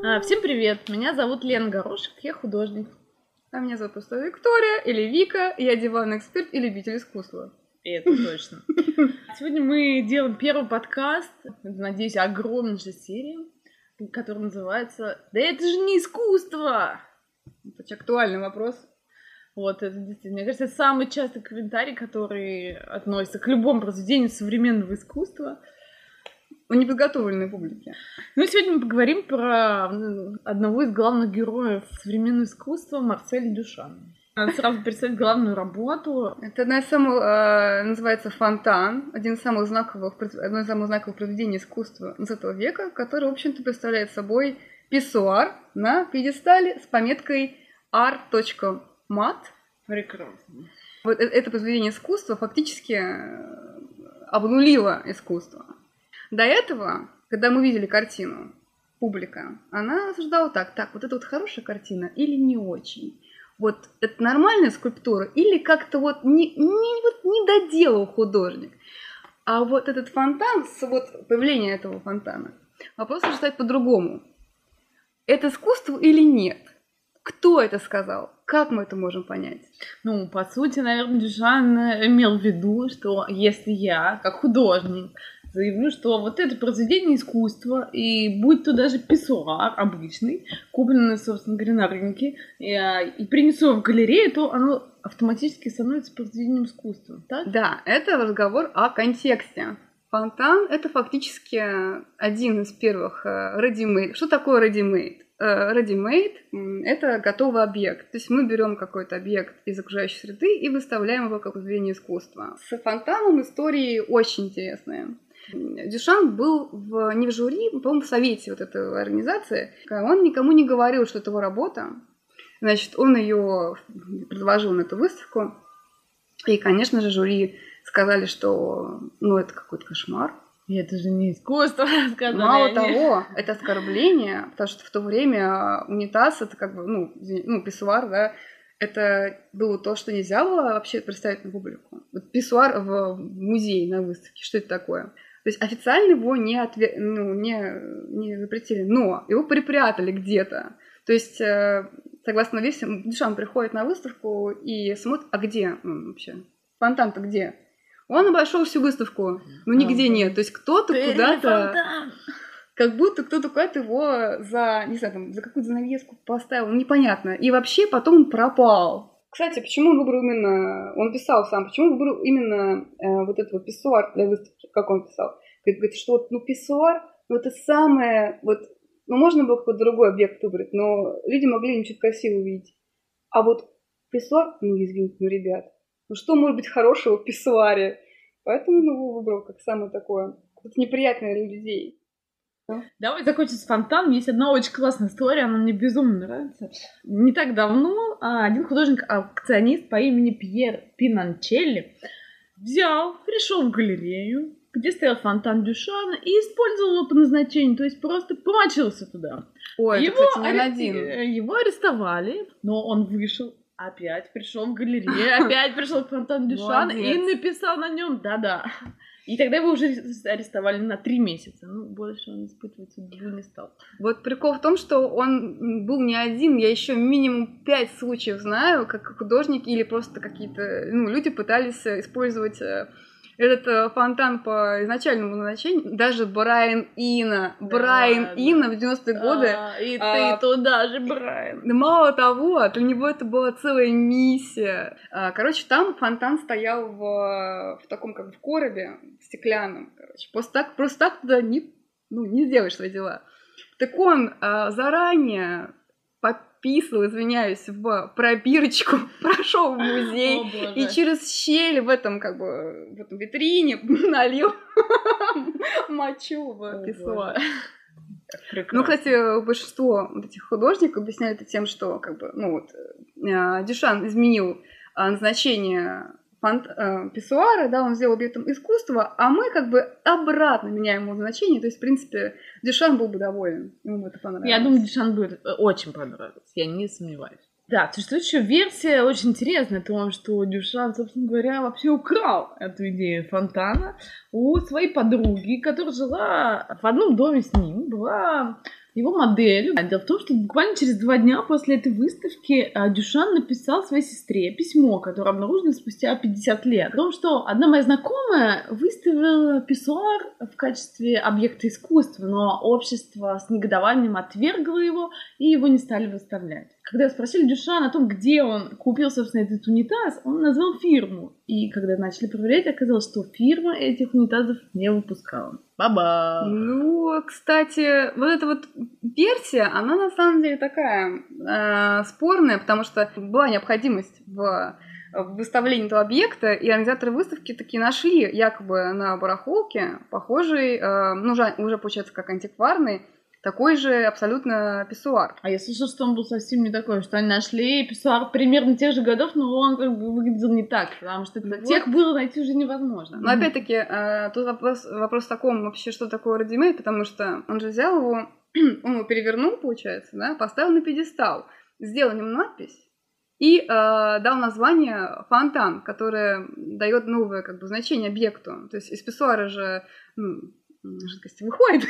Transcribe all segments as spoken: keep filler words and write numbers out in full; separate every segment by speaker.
Speaker 1: А, всем привет, меня зовут Лена Горошек, я художник.
Speaker 2: А меня зовут просто Виктория или Вика, я диванный эксперт и любитель искусства.
Speaker 1: Это точно. Сегодня мы делаем первый подкаст, надеюсь, огромнейшей серии, который называется «Да это же не искусство!»
Speaker 2: Это очень актуальный вопрос.
Speaker 1: Вот, это действительно, мне кажется, это самый частый комментарий, который относится к любому произведению современного искусства.
Speaker 2: У неподготовленной публики.
Speaker 1: Ну и сегодня мы поговорим про одного из главных героев современного искусства, Марселя Дюшана. Надо сразу представить главную работу.
Speaker 2: Это одна из самых, э, называется «Фонтан», один из самых знаковых, одно из самых знаковых произведений искусства двадцатого века, который, в общем-то, представляет собой писсуар на пьедестале с пометкой art.mat.
Speaker 1: Прекрасно.
Speaker 2: Вот это произведение искусства фактически обнулило искусство. До этого, когда мы видели картину, публика, она осуждала так, так, вот это вот хорошая картина или не очень? Вот это нормальная скульптура или как-то вот не, не, вот не доделал художник? А вот этот фонтан, вот появление этого фонтана, вопрос нужно ставить по-другому. Это искусство или нет? Кто это сказал? Как мы это можем понять?
Speaker 1: Ну, по сути, наверное, Дюшан имел в виду, что если я, как художник, заявлю, что вот это произведение искусства, и будь то даже писсуар обычный, купленный, собственно говоря, на рынке, и, и принесу его в галерею, то оно автоматически становится произведением искусства, так?
Speaker 2: Да, это разговор о контексте. Фонтан — это фактически один из первых ready-made. Что такое ready-made? Ready-made — это готовый объект. То есть мы берем какой-то объект из окружающей среды и выставляем его как произведение искусства. С фонтаном истории очень интересные. Дюшан был в, не в жюри, по-моему, в совете вот этой организации. Он никому не говорил, что это его работа. Значит, он ее предложил на эту выставку. И, конечно же, жюри сказали, что ну, это какой-то кошмар.
Speaker 1: И это же не искусство, сказали.
Speaker 2: Мало
Speaker 1: они.
Speaker 2: того, это оскорбление, потому что в то время унитаз, это как бы, ну, ну писсуар, да, это было то, что нельзя было вообще представить на публику. Вот писсуар в музее на выставке, что это такое? То есть официально его не, отве... ну, не, не запретили, но его припрятали где-то. То есть, согласно версии, Дюшан приходит на выставку и смотрит, а где он вообще? Фонтан-то где? Он обошел всю выставку, но нигде нет. То есть кто-то куда-то... Как будто кто-то куда-то его за, не знаю, там, за какую-то занавеску поставил, непонятно. И вообще потом он пропал. Кстати, почему он выбрал именно... Он писал сам, почему он выбрал именно э, вот этот вот писсуар для выставки? Как он писал? Говорит, говорит что вот, ну, писсуар, ну, это самое... Вот, ну, можно было какой-то другой объект выбрать, но люди могли им что-то красиво увидеть. А вот писсуар, ну, извините, ну, ребят, ну, что может быть хорошего в писсуаре? Поэтому он его выбрал как самое такое... Это неприятное для людей.
Speaker 1: Давай закончим с фонтаном. Есть одна очень классная история, она мне безумно нравится. Не так давно один художник-аукционист по имени Пьер Пинанчелли взял, пришел в галерею, где стоял фонтан Дюшана, и использовал его по назначению, то есть просто помочился туда.
Speaker 2: Ой,
Speaker 1: его,
Speaker 2: это, кстати, не
Speaker 1: аре...
Speaker 2: один.
Speaker 1: Его арестовали, но он вышел, опять пришел в галерею, опять пришел к фонтану Дюшана и написал на нем «да-да». И тогда его уже арестовали на три месяца. Ну, больше он испытывать судьбу не стал.
Speaker 2: Вот прикол в том, что он был не один. Я еще минимум пять случаев знаю, как художники или просто какие-то ну, люди пытались использовать этот фонтан по изначальному назначению. Даже Брайан Ино. Да, Брайан да. Ино в девяностые годы.
Speaker 1: А, и а, ты туда же, Брайан.
Speaker 2: Мало того, для него это была целая миссия. А, короче, там фонтан стоял в, в таком как в коробе стеклянном. Короче. Просто так, просто так туда не, ну, не сделаешь свои дела. Так он а, заранее подписывал, извиняюсь, в пробирочку, прошел в музей
Speaker 1: О,
Speaker 2: и через щель в этом, как бы, в этом витрине налил мочу в писсуар. Ну, кстати, большинство вот этих художников объясняют это тем, что, как бы, ну вот, Дюшан изменил назначение фонт, э, писсуара, да, он сделал объектом искусства, а мы как бы обратно меняем его значение, то есть, в принципе, Дюшан был бы доволен, ему бы это понравилось.
Speaker 1: Я думаю, Дюшан бы очень понравилось, я не сомневаюсь. Да, существует еще версия очень интересная о том, что Дюшан, собственно говоря, вообще украл эту идею фонтана у своей подруги, которая жила в одном доме с ним, была его моделью. Дело в том, что буквально через два дня после этой выставки Дюшан написал своей сестре письмо, которое обнаружено спустя пятьдесят лет. О том, что одна моя знакомая выставила писсуар в качестве объекта искусства, но общество с негодованием отвергло его, и его не стали выставлять. Когда спросили Дюшана о том, где он купил, собственно, этот унитаз, он назвал фирму. И когда начали проверять, оказалось, что фирма этих унитазов не выпускала. Баба!
Speaker 2: Ну, кстати, вот эта вот версия, она на самом деле такая э, спорная, потому что была необходимость в выставлении этого объекта, и организаторы выставки такие нашли якобы на барахолке похожий, э, ну, уже, уже получается как антикварный, такой же абсолютно писсуар.
Speaker 1: А я слышала, что он был совсем не такой, что они нашли писсуар примерно тех же годов, но он как бы выглядел не так, потому что вот. Тех было найти уже невозможно.
Speaker 2: Но опять-таки, э, тут вопрос, вопрос в таком вообще, что такое редимейд, потому что он же взял его, он его перевернул, получается, да, поставил на пьедестал, сделал ему надпись и э, дал название фонтан, которое дает новое как бы значение объекту. То есть из писсуара же... Ну, жидкости выходит,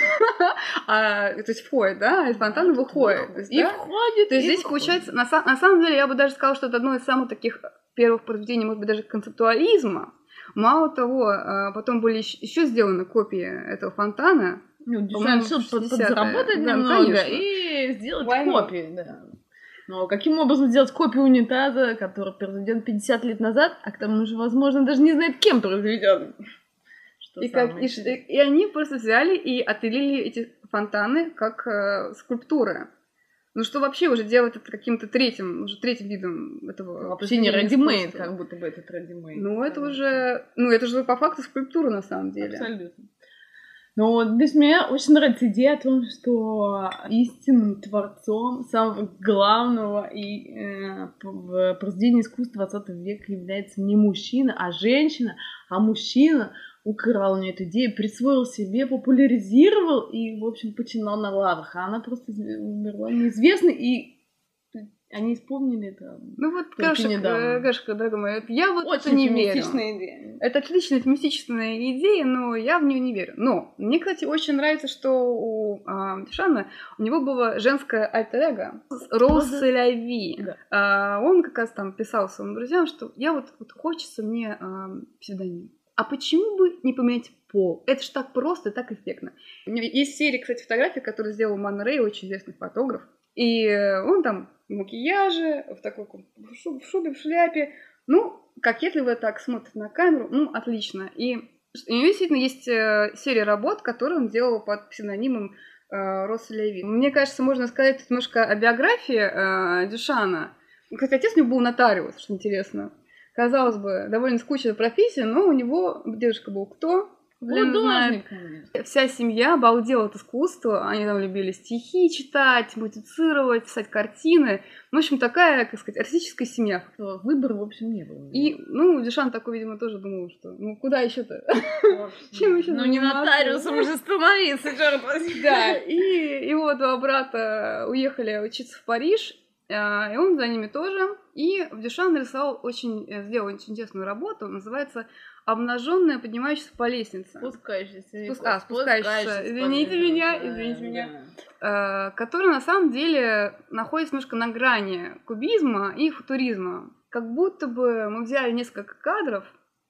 Speaker 2: а, то есть входит, да, из фонтана выходит.
Speaker 1: То есть, и да? входит,
Speaker 2: То есть
Speaker 1: и
Speaker 2: здесь
Speaker 1: выходит.
Speaker 2: Получается, на, на самом деле, я бы даже сказала, что это одно из самых таких первых произведений, может быть, даже концептуализма. Мало того, потом были еще сделаны копии этого фонтана.
Speaker 1: Ну, Дюшан решил подзаработать да, немного конечно. И сделать Войну. Копии, да. Но каким образом сделать копию унитаза, который произведен пятьдесят лет назад, а к тому же, возможно, даже не знает, кем произведен.
Speaker 2: И, как, и, и они просто взяли и отелили эти фонтаны как э, скульптуры. Ну что вообще уже делать это каким-то третьим, уже третьим видом этого.
Speaker 1: Вообще не редимейд, как будто бы этот редимейд.
Speaker 2: Ну это уже, ну это же по факту скульптура на самом деле.
Speaker 1: Абсолютно. Но для меня очень нравится идея о том, что истинным творцом самого главного и э, в произведении искусства двадцатого века является не мужчина, а женщина, а мужчина украл у нее эту идею, присвоил себе, популяризировал и, в общем, починал на лаврах. А она просто умерла неизвестно, и они вспомнили это.
Speaker 2: Ну вот, Гашка, Гашка, дорогой мой, я вот
Speaker 1: очень
Speaker 2: это не верю.
Speaker 1: идея.
Speaker 2: Это отличная феминистичная идея, но я в нее не верю. Но мне, кстати, очень нравится, что у а, Дюшана у него было женское альтер-эго Роуз Селяви. Да. А, он как раз там писал своим друзьям, что я вот, вот хочется мне а, псевдоним. А почему бы не поменять пол? Это же так просто, так эффектно. Есть серия, кстати, фотографий, которую сделал Ман Рэй, очень известный фотограф. И он там в макияже, в такой в шубе, в, шубе, в шляпе. Ну, кокетливо так смотрит на камеру. Ну, отлично. И у него действительно есть серия работ, которые он делал под псевдонимом э, Роуз Селяви. Мне кажется, можно сказать немножко о биографии э, Дюшана. Кстати, отец у него был нотариус, что интересно. Казалось бы, довольно скучная профессия, но у него дедушка был кто?
Speaker 1: Художник.
Speaker 2: Вся семья обалдела от искусства. Они там любили стихи читать, музицировать, писать картины. В общем, такая, как сказать, артистическая семья.
Speaker 1: Выбора, в общем, не было.
Speaker 2: И, ну, Дюшан такой, видимо, тоже думал, что ну куда еще-то? Чем еще?
Speaker 1: Ну, не нотариусом же становиться, черт возьми.
Speaker 2: Да, и его два брата уехали учиться в Париж, и он за ними тоже. И Дюшан нарисовал очень, сделал очень интересную работу, называется «Обнаженная, поднимающаяся по лестнице».
Speaker 1: Спускающаяся.
Speaker 2: Спуск... А, спускающаяся. Извините меня, извините меня. Да. Которая на самом деле находится немножко на грани кубизма и футуризма. Как будто бы мы взяли несколько кадров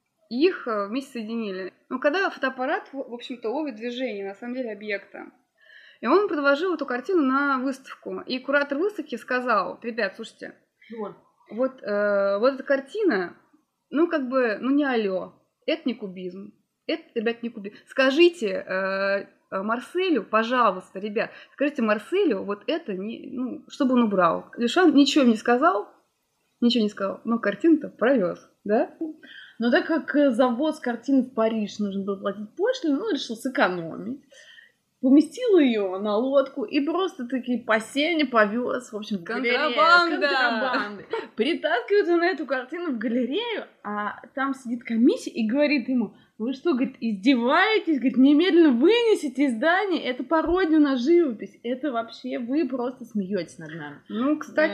Speaker 2: и их вместе соединили. Но когда фотоаппарат, в общем-то, ловит движение, на самом деле, объекта. И он предложил эту картину на выставку. И куратор выставки сказал: ребят, слушайте,
Speaker 1: вот,
Speaker 2: вот, э, вот эта картина, ну, как бы, ну, не алё. Это не кубизм. Это, ребят, не кубизм. Скажите э, Марселю, пожалуйста, ребят, скажите Марселю, вот это, не, ну, чтобы он убрал. Дюшан ничего не сказал, ничего не сказал, но картину-то провез, да?
Speaker 1: Но так как завоз картины в Париж нужно было платить пошлину, он решил сэкономить. Поместил ее на лодку и просто-таки по сене повез, в общем, в галерею. Контрабанда! Притаскивает он эту картину в галерею, а там сидит комиссия и говорит ему: Вы что, говорит, издеваетесь? Говорит, немедленно вынесите из здания. Это пародия на живопись. Это вообще вы просто смеетесь над нами.
Speaker 2: Ну,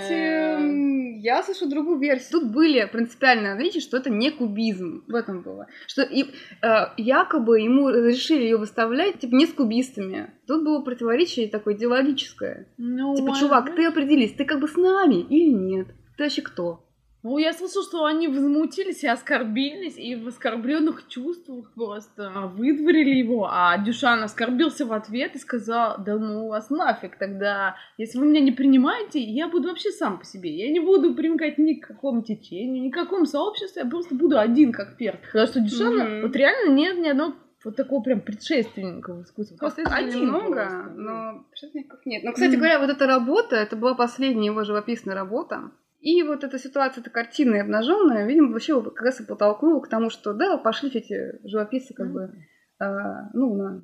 Speaker 2: кстати, я слышу другую версию. Тут были принципиальные отличия, что это не кубизм. В этом было. Что и, э, якобы ему разрешили ее выставлять, типа, не с кубистами. Тут было противоречие такое идеологическое. Ну, типа, чувак, ты определись, ты как бы с нами или нет? Ты вообще кто?
Speaker 1: Ну, я слышала, что они возмутились и оскорбились, и в оскорбленных чувствах просто выдворили его, а Дюшан оскорбился в ответ и сказал, да ну вас нафиг тогда, если вы меня не принимаете, я буду вообще сам по себе, я не буду примыкать ни к какому течению, ни к какому сообществу, я просто буду один как перст. Потому что Дюшана, mm-hmm. вот реально нет ни одного вот такого прям предшественника в искусстве.
Speaker 2: Просто один много, просто, но предшественников нет. Но, кстати mm-hmm. говоря, вот эта работа, это была последняя его живописная работа. И вот эта ситуация, эта картина обнаженная, видимо, вообще как раз и подтолкнула к тому, что да, пошли эти живописцы как бы, а, ну, на,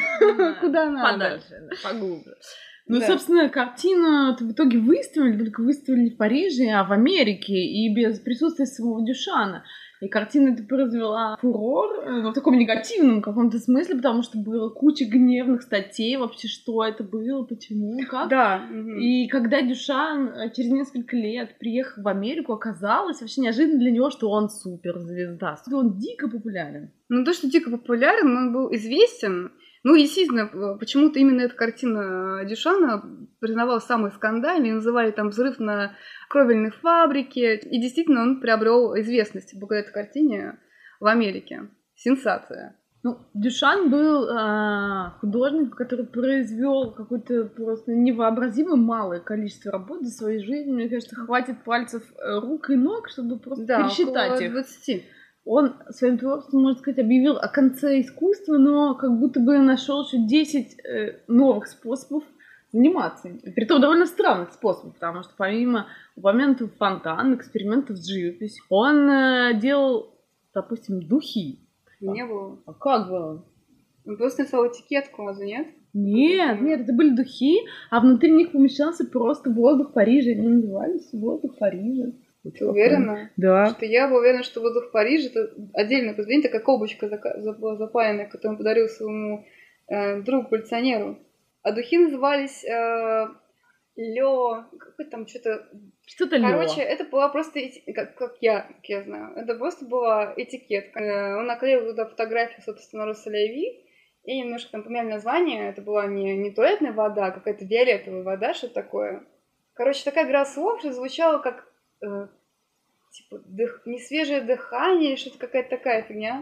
Speaker 2: куда надо.
Speaker 1: Подальше, поглубже. Ну, собственно, картину в итоге выставили, только выставили не в Париже, а в Америке, и без присутствия самого Дюшана. И картина эта произвела фурор, ну, в таком негативном каком-то смысле, потому что было куча гневных статей вообще, что это было, почему, как.
Speaker 2: Да.
Speaker 1: И когда Дюшан через несколько лет приехал в Америку, оказалось вообще неожиданно для него, что он суперзвезда, что он дико популярен.
Speaker 2: Ну, то, что дико популярен, он был известен. Ну, естественно, почему-то именно эта картина Дюшана признавалась самой скандальной, называли там взрыв на кровельной фабрике, и действительно он приобрел известность благодаря этой картине в Америке. Сенсация.
Speaker 1: Ну, Дюшан был э, художник, который произвел какое-то просто невообразимо малое количество работ за свою жизнь. Мне кажется, хватит пальцев рук и ног, чтобы просто да, пересчитать их.
Speaker 2: двадцать.
Speaker 1: Он своим творчеством, можно сказать, объявил о конце искусства, но как будто бы нашел еще десять э, новых способов заниматься. Притом довольно странных способов, потому что помимо упомянутых фонтан, экспериментов с живописью, он э, делал, допустим, духи.
Speaker 2: Не было.
Speaker 1: А как было?
Speaker 2: Он просто написал этикетку, разве нет?
Speaker 1: Нет, нет, это были духи, а внутри них помещался просто воздух Парижа. Они назывались воздух Парижа.
Speaker 2: Ты уверена?
Speaker 1: Да.
Speaker 2: Что я была уверена, что воздух Парижа это отдельное произведение, такая колбочка была запаянная, которую он подарил своему э, другу-коллекционеру. А духи назывались э, Лё... Какой там что-то...
Speaker 1: Что-то Лё.
Speaker 2: Короче, это была просто... Как, как, я, как я знаю. Это просто была этикетка. Э, он наклеил туда фотографию, собственно, Росолеви. И немножко там поменяли название. Это была не, не туалетная вода, а какая-то виолетовая вода, что-то такое. Короче, такая игра слов, что звучала как... Э, типа, дых... несвежее дыхание, что-то какая-то такая фигня.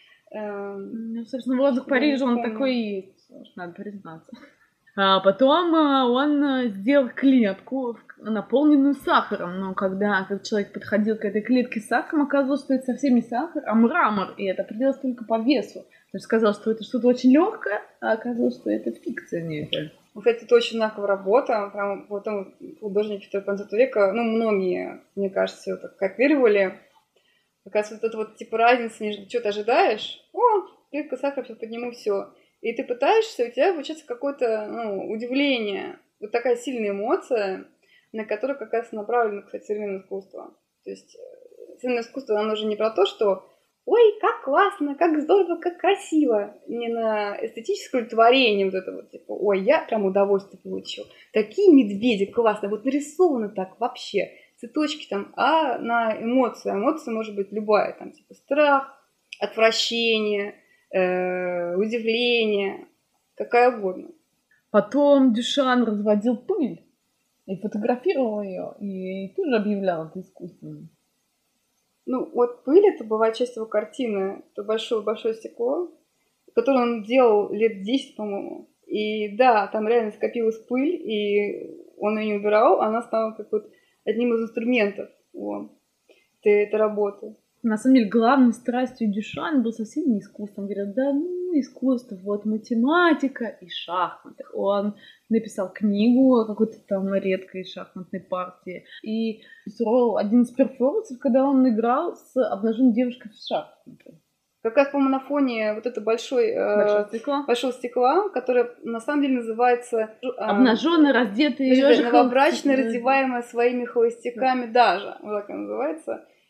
Speaker 2: Э,
Speaker 1: ну, собственно, воздух Парижа, он такой и есть, надо признаться. А потом он сделал клетку, наполненную сахаром, но когда, когда человек подходил к этой клетке с сахаром, оказалось, что это совсем не сахар, а мрамор, и это определялось только по весу. То есть сказал, что это что-то очень легкое, а оказалось, что это фикция некая.
Speaker 2: Кстати, это очень знаковая работа. Прям потом художники двадцатого века, ну, многие, мне кажется, ее так копировали. Оказывается, вот эта вот типа разница между что ты ожидаешь, о, клетка сахара, все подниму, все. И ты пытаешься, у тебя получается какое-то ну, удивление. Вот такая сильная эмоция, на которую как раз направлено, кстати, современное искусство. То есть современное искусство, оно же не про то, что ой, как классно, как здорово, как красиво. Не на эстетическое удовлетворение вот это вот, типа, ой, я прям удовольствие получил. Такие медведи классные, вот нарисованы так вообще, цветочки там, а на эмоции. Эмоция может быть любая, там, типа, страх, отвращение, э, удивление, какая угодно.
Speaker 1: Потом Дюшан разводил пыль и фотографировал ее, и тоже объявлял это искусственным.
Speaker 2: Ну, вот пыль, это была часть его картины, это большое-большое стекло, которое он делал лет десять, по-моему. И да, там реально скопилась пыль, и он ее не убирал, она стала как вот одним из инструментов вот, этой, этой работы.
Speaker 1: На самом деле, главной страстью Дюшана был совсем не искусство. Он говорит, да ну, искусство, вот математика и шахматы. Он написал книгу о какой-то там редкой шахматной партии. И устроил один из перформансов, когда он играл с обнаженной девушкой в шахматы.
Speaker 2: Как раз, по-моему, на фоне вот этого большой,
Speaker 1: большого, э, стекла.
Speaker 2: большого стекла, которое на самом деле называется... Э,
Speaker 1: обнаженная, раздетая ежиком.
Speaker 2: Новобрачная, раздеваемая своими холостяками даже. Вот так она называется.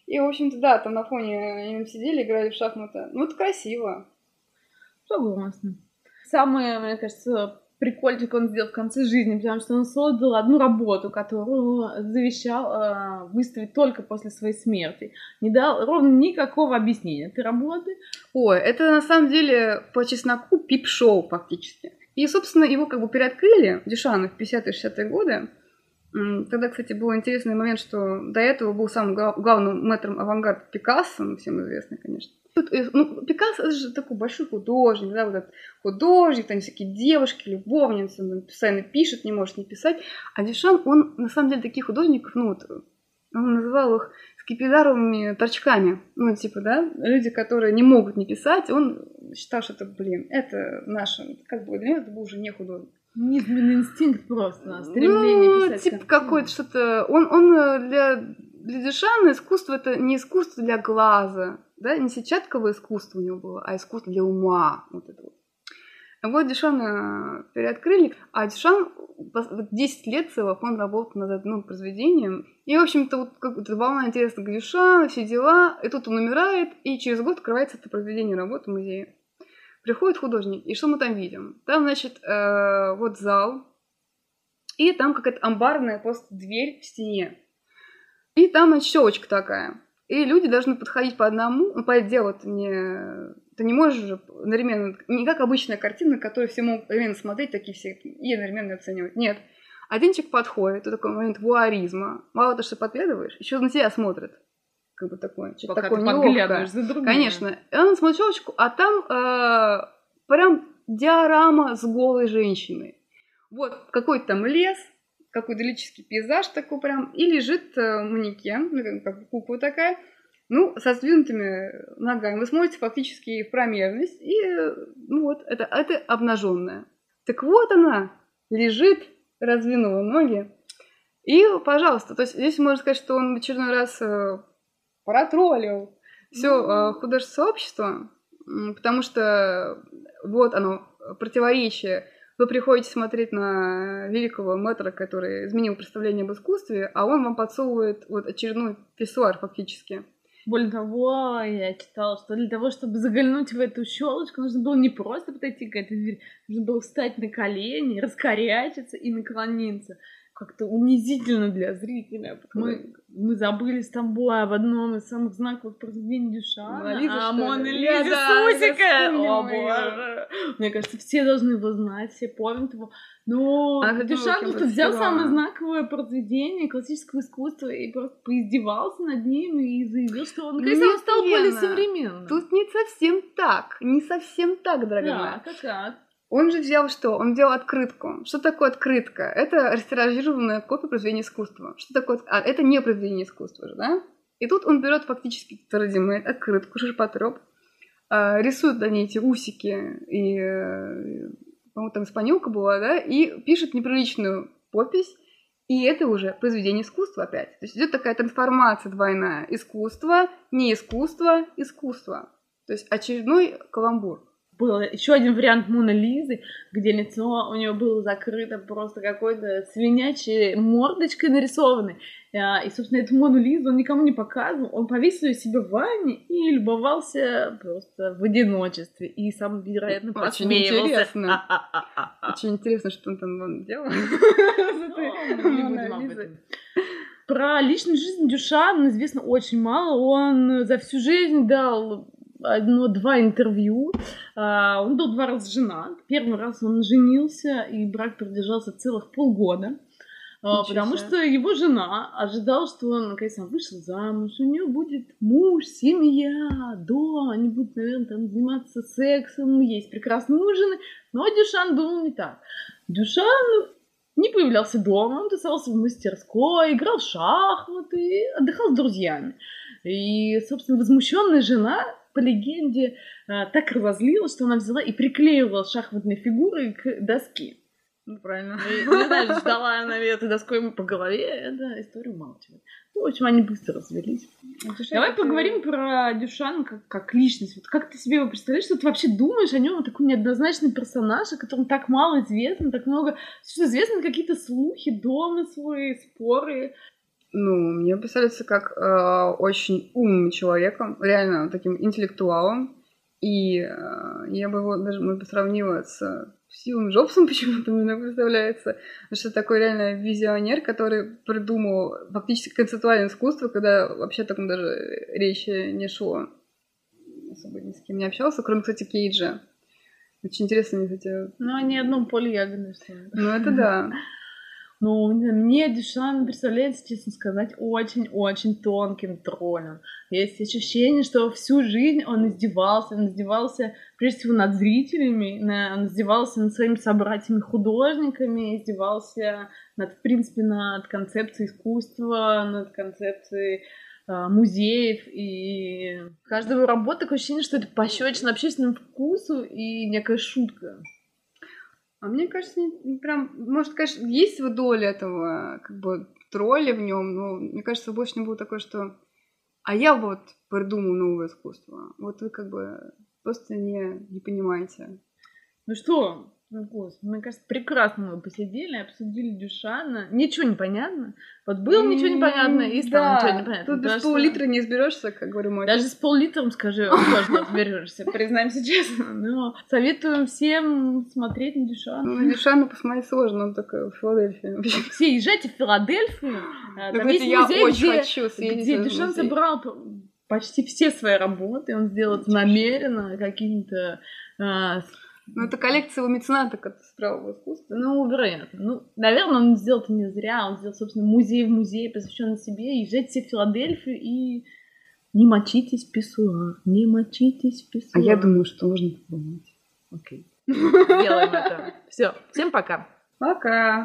Speaker 2: И, в общем-то, да, там на фоне они там сидели, играли в шахматы. Ну, это красиво.
Speaker 1: Согласна. Самое, мне кажется, прикольчик он сделал в конце жизни, потому что он создал одну работу, которую завещал э, выставить только после своей смерти. Не дал ровно никакого объяснения этой работы.
Speaker 2: Ой, это на самом деле по чесноку пип-шоу фактически. И, собственно, его как бы переоткрыли, Дюшана, в пятидесятые-шестидесятые годы. Тогда, кстати, был интересный момент, что до этого был самым главным мэтром авангарда Пикассо, ну, всем известный, конечно. Ну, Пикассо — это же такой большой художник, да, вот этот художник, там всякие девушки, любовницы, он постоянно пишет, не может не писать. А Дюшан, он, на самом деле, таких художников, ну, вот, он называл их скипидаровыми торчками. Ну, типа, да, люди, которые не могут не писать, он считал, что это, блин, это наше, как бы, для него это был уже не художник.
Speaker 1: Низменный инстинкт просто, стремление
Speaker 2: ну,
Speaker 1: писать.
Speaker 2: Типа какое-то что-то... Он, он для, для Дюшана искусство — это не искусство для глаза, да, не сетчатковое искусство у него было, а искусство для ума. Вот это вот. Вот Дюшана переоткрыли, а Дюшан десять лет целых он работал над одним произведением. И, в общем-то, вот как-то волна интересна к Дюшану, все дела. И тут он умирает, и через год открывается это произведение работы в музее. Приходит художник, и что мы там видим? Там, значит, э, вот зал, и там какая-то амбарная просто дверь в стене. И там, значит, щелочка такая. И люди должны подходить по одному. Ну, по делу ты не... Ты не можешь же одновременно... Не как обычная картина, которую все могут одновременно смотреть, такие все, и одновременно оценивать. Нет. Один человек подходит, это такой момент вуаризма. Мало того, что подглядываешь, еще на тебя смотрят. Как бы такое. Что-то
Speaker 1: Пока
Speaker 2: такое
Speaker 1: ты подглядываешь за другим.
Speaker 2: Конечно. И он смотрит щелочку, а там э, прям диорама с голой женщиной. Вот какой-то там лес, какой-то лирический пейзаж такой прям, и лежит э, манекен, ну, как кукла такая, ну, со сдвинутыми ногами. Вы смотрите фактически в промежность, и, ну вот, это, это обнаженная. Так вот она лежит, раздвинула ноги, и, пожалуйста, то есть здесь можно сказать, что он в очередной раз э, протроллил все mm-hmm. э, художественное сообщество, потому что вот оно, противоречие. Вы приходите смотреть на великого мэтра, который изменил представление об искусстве, а он вам подсовывает вот очередной писсуар фактически.
Speaker 1: Более того, я читала, что для того, чтобы заглянуть в эту щелочку, нужно было не просто подойти к этой двери, нужно было встать на колени, раскорячиться и наклониться. Как-то унизительно для зрителя. Мы, мы забыли с тобой об одном из самых знаковых произведений Дюшана.
Speaker 2: Мона Лиза,
Speaker 1: а
Speaker 2: что
Speaker 1: Мона
Speaker 2: ли?
Speaker 1: Лиза
Speaker 2: Да,
Speaker 1: с усикой. О,
Speaker 2: боже.
Speaker 1: Мне кажется, все должны его знать, все помнят его. Но а Дюшан просто взял самое знаковое произведение классического искусства и просто поиздевался над ним и заявил, что он, конечно, он стал более современным.
Speaker 2: Тут не совсем так. Не совсем так, дорогая моя.
Speaker 1: Да, как как?
Speaker 2: Он же взял что? Он взял открытку. Что такое открытка? Это растиражированная копия произведения искусства. Что такое? А, это не произведение искусства же, да? И тут он берет фактически редимейд, открытку, ширпотреб, э, рисует на ней эти усики, и, э, по-моему, там испанилка была, да, и пишет неприличную подпись, и это уже произведение искусства опять. То есть идет такая трансформация двойная. Искусство, не искусство, искусство. То есть очередной каламбур.
Speaker 1: Был еще один вариант Моны Лизы, где лицо у нее было закрыто просто какой-то свинячей мордочкой нарисованной. И, собственно, эту Мону Лизу он никому не показывал. Он повесил ее себе в ванне и любовался просто в одиночестве. И сам, вероятно, посмеивался.
Speaker 2: Очень интересно. Очень интересно, что он там делал.
Speaker 1: Про личную жизнь Дюшана известно очень мало. Он за всю жизнь дал одно-два интервью. Он был два раза женат. Первый раз он женился, и брак продержался целых полгода. Ничего потому себе. Что его жена ожидала, что он, наконец, вышел замуж, у нее будет муж, семья, дом, они будут, наверное, там заниматься сексом, есть прекрасные ужины. Но Дюшан думал не так. Дюшан не появлялся дома, он тусовался в мастерской, играл в шахматы, отдыхал с друзьями. И, собственно, возмущенная жена, по легенде, так разозлилась, что она взяла и приклеивала шахматные фигуры к доске.
Speaker 2: Ну, правильно.
Speaker 1: И, не знаю, ждала она этой доской ему по голове, эта история умалчивает. Ну, в общем, они быстро развелись. Дюшан, Давай это... поговорим про Дюшана как, как личность. Вот как ты себе его представляешь, что ты вообще думаешь о нем, такой неоднозначный персонаж, о котором так мало известно, так много... Что известны какие-то слухи, домыслы, споры.
Speaker 2: Ну, мне представляется как э, очень умным человеком, реально таким интеллектуалом. И э, я бы его даже, может быть, сравнила с Стивом Джобсом, почему-то мне представляется. Потому что такой реально визионер, который придумал фактически концептуальное искусство, когда вообще о таком даже речи не шло. Особо ни с кем не общался, кроме, кстати, Кейджа. Очень интересно, мне, кстати...
Speaker 1: Ну, они одном поле ягоды.
Speaker 2: Ну, это да.
Speaker 1: Ну, мне Дюшан представляется, честно сказать, очень-очень тонким троллем. Есть ощущение, что всю жизнь он издевался. Он издевался, прежде всего, над зрителями, он издевался над своими собратьями-художниками, издевался, над, в принципе, над концепцией искусства, над концепцией э, музеев. И каждая его работа такое ощущение, что это пощечина общественному вкусу и некая шутка.
Speaker 2: А мне кажется, не прям, может, конечно, есть вот доля этого, как бы, тролля в нем, но мне кажется, больше не было такое, что а я вот придумал новое искусство. Вот вы как бы просто не, не понимаете.
Speaker 1: Ну что, ну, господи, мне кажется, прекрасно мы посидели, обсудили Дюшана. Ничего не понятно. Вот было mm, ничего непонятно, и стало да, ничего непонятно.
Speaker 2: Тут без пол-литра не изберешься, как говорю мой
Speaker 1: Даже с пол-литром, скажи, можно разберешься, признаемся честно. Но советуем всем смотреть на Дюшана.
Speaker 2: Ну, на Дюшана посмотреть сложно, он такой в Филадельфии.
Speaker 1: Все, езжайте в Филадельфию.
Speaker 2: Там есть музей,
Speaker 1: где Дюшан собрал почти все свои работы. Он сделал это намеренно какими-то...
Speaker 2: Ну, это коллекция его мецената, как справа искусства.
Speaker 1: Ну, вероятно. Ну, наверное, он сделал это не зря. Он сделал, собственно, музей в музее, посвященный себе. Езжайте все в Филадельфию и не мочитесь в писсуар. Не мочитесь в писсуар.
Speaker 2: А я думаю, что можно попробовать.
Speaker 1: Окей. Сделаем это. Все. Всем пока.
Speaker 2: Пока.